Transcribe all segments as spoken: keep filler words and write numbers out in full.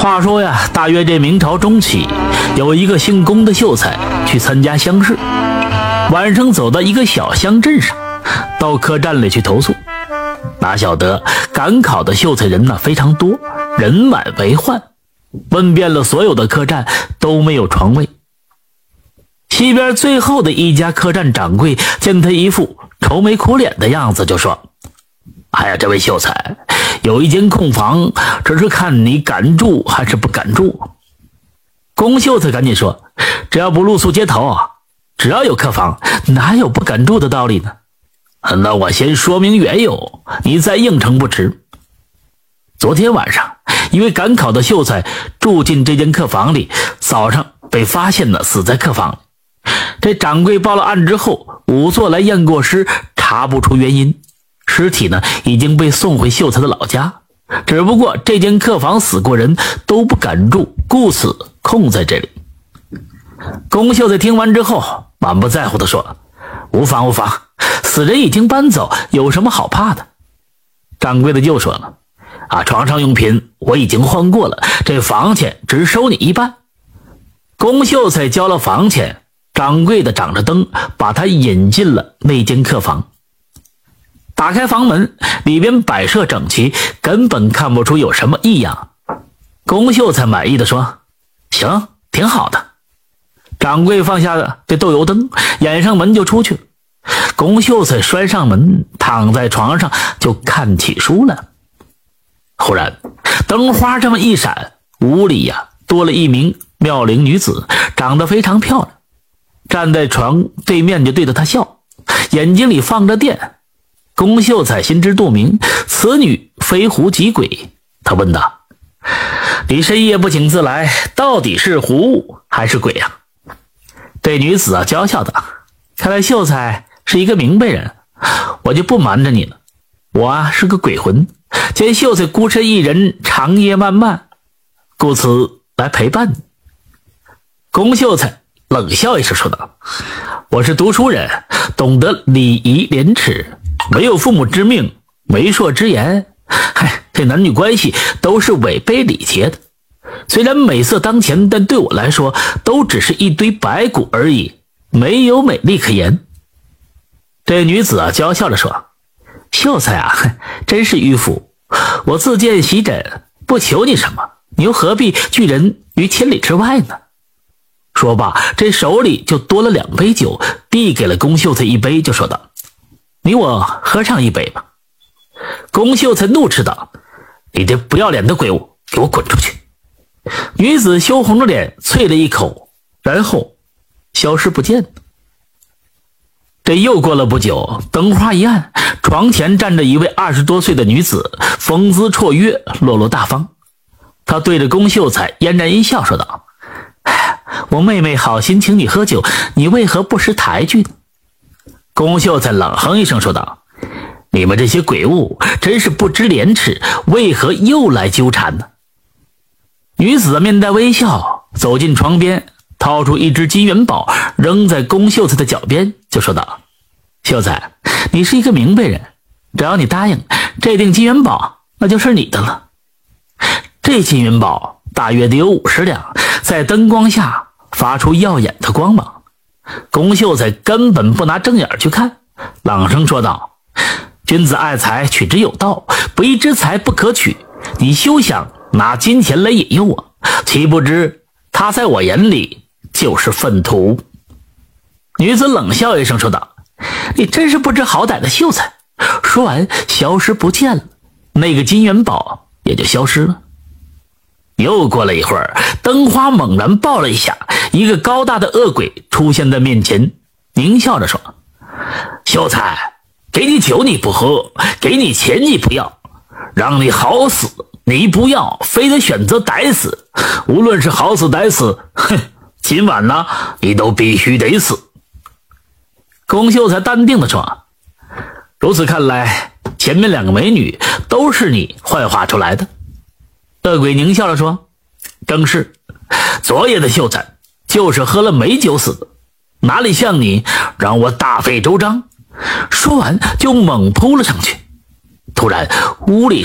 话说呀，大约这明朝中期，有一个姓龚的秀才去参加乡试，晚上走到一个小乡镇上，到客栈里去投宿。哪晓得赶考的秀才人呢非常多，人满为患，问遍了所有的客栈都没有床位。西边最后的一家客栈掌柜见他一副愁眉苦脸的样子，就说：哎呀，这位秀才，有一间空房，只是看你敢住还是不敢住。龚秀才赶紧说：只要不露宿街头，只要有客房，哪有不敢住的道理呢？那我先说明缘由，你再应承不迟。昨天晚上一位赶考的秀才住进这间客房里，早上被发现了死在客房里。这掌柜报了案之后，仵作来验过尸，查不出原因，尸体呢已经被送回秀才的老家，只不过这间客房死过人，都不敢住，故此空在这里。龚秀才听完之后满不在乎地说：无妨无妨，死人已经搬走，有什么好怕的？掌柜的又说了：啊，床上用品我已经换过了，这房钱只收你一半。龚秀才交了房钱，掌柜的掌着灯把他引进了那间客房。打开房门，里边摆设整齐，根本看不出有什么异样。龚秀才满意的说：行，挺好的。掌柜放下这豆油灯，掩上门就出去了。龚秀才拴上门，躺在床上就看起书来。忽然灯花这么一闪，屋里呀多了一名妙龄女子，长得非常漂亮，站在床对面就对着他笑，眼睛里放着电。龚秀才心知肚明，此女非狐即鬼。他问道：你深夜不请自来，到底是狐还是鬼啊？这女子啊娇笑道：看来秀才是一个明白人，我就不瞒着你了，我啊是个鬼魂，见秀才孤身一人，长夜漫漫，故此来陪伴你。龚秀才冷笑一声说道：我是读书人，懂得礼仪廉耻，没有父母之命，媒妁之言，嗨，这男女关系都是违背礼节的。虽然美色当前，但对我来说都只是一堆白骨而已，没有美丽可言。这女子啊娇笑着说：秀才啊，真是迂腐，我自荐席枕，不求你什么，你又何必拒人于千里之外呢？说罢，这手里就多了两杯酒，递给了龚秀才一杯，就说道：你我喝上一杯吧。龚秀才怒斥道：你这不要脸的鬼物，给我滚出去！女子羞红着脸啐了一口，然后消失不见。这又过了不久，灯花一暗，床前站着一位二十多岁的女子，风姿绰约，落落大方。她对着龚秀才嫣然一笑，说道：我妹妹好心请你喝酒，你为何不识抬举呢？龚秀才冷哼一声说道：你们这些鬼物真是不知廉耻，为何又来纠缠呢？女子面带微笑走进床边，掏出一只金元宝扔在龚秀才的脚边，就说道：秀才，你是一个明白人，只要你答应，这锭金元宝那就是你的了。这金元宝大约得有五十两，在灯光下发出耀眼的光芒。龚秀才根本不拿正眼去看，朗声说道：君子爱财，取之有道，不义之财不可取，你休想拿金钱来引诱我，岂不知他在我眼里就是粪土。女子冷笑一声说道：你真是不知好歹的秀才。说完消失不见了，那个金元宝也就消失了。又过了一会儿，灯花猛然爆了一下，一个高大的恶鬼出现在面前，狞笑着说：秀才，给你酒你不喝，给你钱你不要，让你好死你不要，非得选择歹死。无论是好死歹死，哼，今晚呢你都必须得死。龚秀才淡定地说：如此看来，前面两个美女都是你幻化出来的。恶鬼狞笑着说：正是，昨夜的秀才就是喝了美酒死的，哪里像你让我大费周章。说完就猛扑了上去。突然屋里是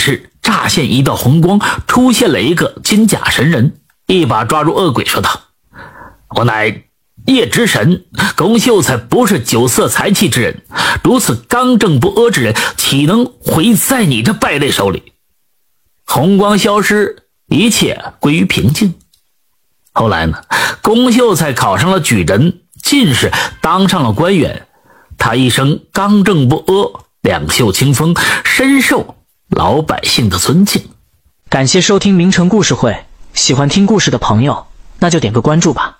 乍现一道红光，出现了一个金甲神人，一把抓住恶鬼说道：我乃夜之神，龚秀才不是酒色财气之人，如此刚正不阿之人，岂能毁在你这败类手里？红光消失，一切归于平静。后来呢，龚秀才考上了举人，进士，当上了官员。他一生刚正不阿，两袖清风，深受老百姓的尊敬。 感谢收听名城故事会，喜欢听故事的朋友，那就点个关注吧。